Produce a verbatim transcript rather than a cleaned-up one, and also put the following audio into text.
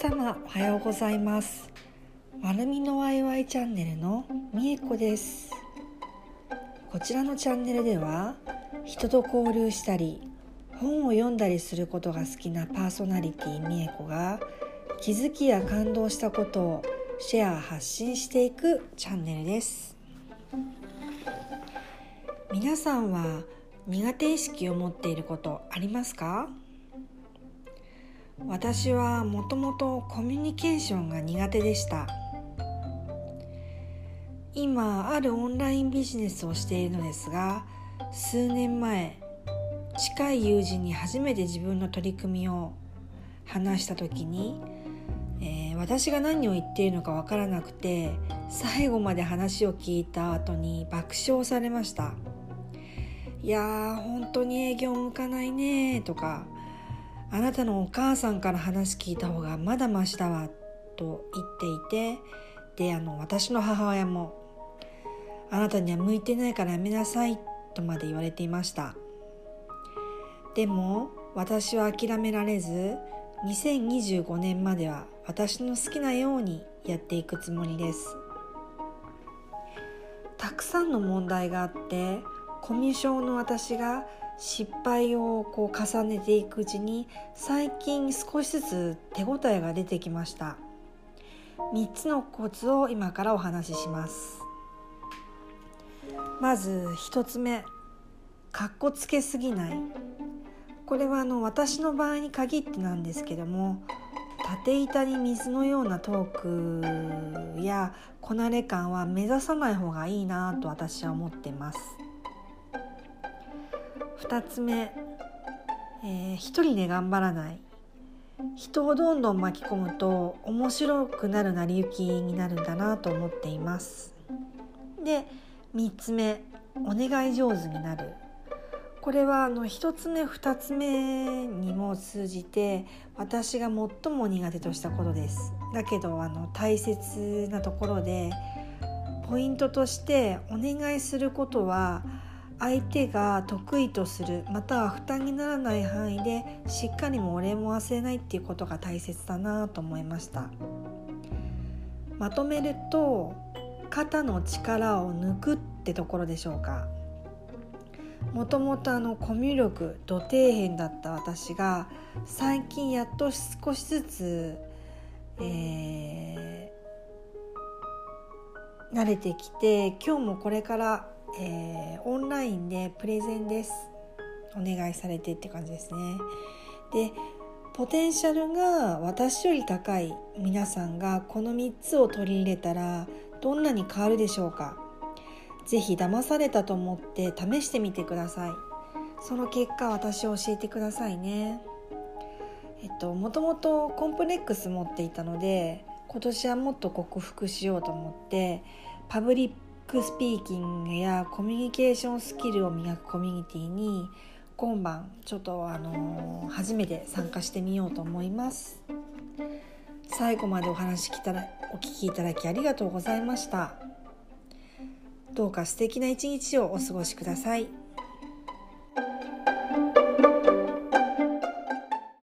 様おはようございます。まるみのワイワイチャンネルのみえこです。こちらのチャンネルでは人と交流したり本を読んだりすることが好きなパーソナリティみえこが気づきや感動したことをシェア発信していくチャンネルです。皆さんは苦手意識を持っていることありますか？私はもともとコミュニケーションが苦手でした。今あるオンラインビジネスをしているのですが、数年前近い友人に初めて自分の取り組みを話した時に、えー、私が何を言っているのかわからなくて、最後まで話を聞いた後に爆笑されました。いやー本当に営業向かないねとか、あなたのお母さんから話聞いた方がまだマシだわと言っていて、であの私の母親もあなたには向いてないからやめなさいとまで言われていました。でも私は諦められず、にせんにじゅうごねんまでは私の好きなようにやっていくつもりです。たくさんの問題があってコミュ障の私が失敗をこう重ねていくうちに、最近少しずつ手応えが出てきました。みっつのコツを今からお話しします。まずひとつめ、かっこつけすぎない。これはあの私の場合に限ってなんですけども、縦板に水のようなトークやこなれ感は目指さない方がいいなと私は思っています。ふたつめ、えー、一人で頑張らない。人をどんどん巻き込むと面白くなる成り行きになるんだなと思っています。で、みっつめ、お願い上手になる。これはあのひとつめふたつめにも通じて私が最も苦手としたことです。だけどあの大切なところで、ポイントとしてお願いすることは相手が得意とするまたは負担にならない範囲でしっかりもお礼も忘れないっていうことが大切だなと思いました。まとめると、肩の力を抜くってところでしょうか。もともとあのコミュ力ど底辺だった私が最近やっと少しずつ、えー、慣れてきて、今日もこれからえー、オンラインでプレゼンですお願いされてって感じですね。で、ポテンシャルが私より高い皆さんがこのみっつを取り入れたらどんなに変わるでしょうか。ぜひ騙されたと思って試してみてください。その結果私を教えてくださいね。えっともともとコンプレックス持っていたので、今年はもっと克服しようと思ってパブリックスピーキングやコミュニケーションスキルを磨くコミュニティに今晩ちょっとあのー、初めて参加してみようと思います。最後までお話きたらお聞きいただきありがとうございました。どうか素敵な一日をお過ごしください。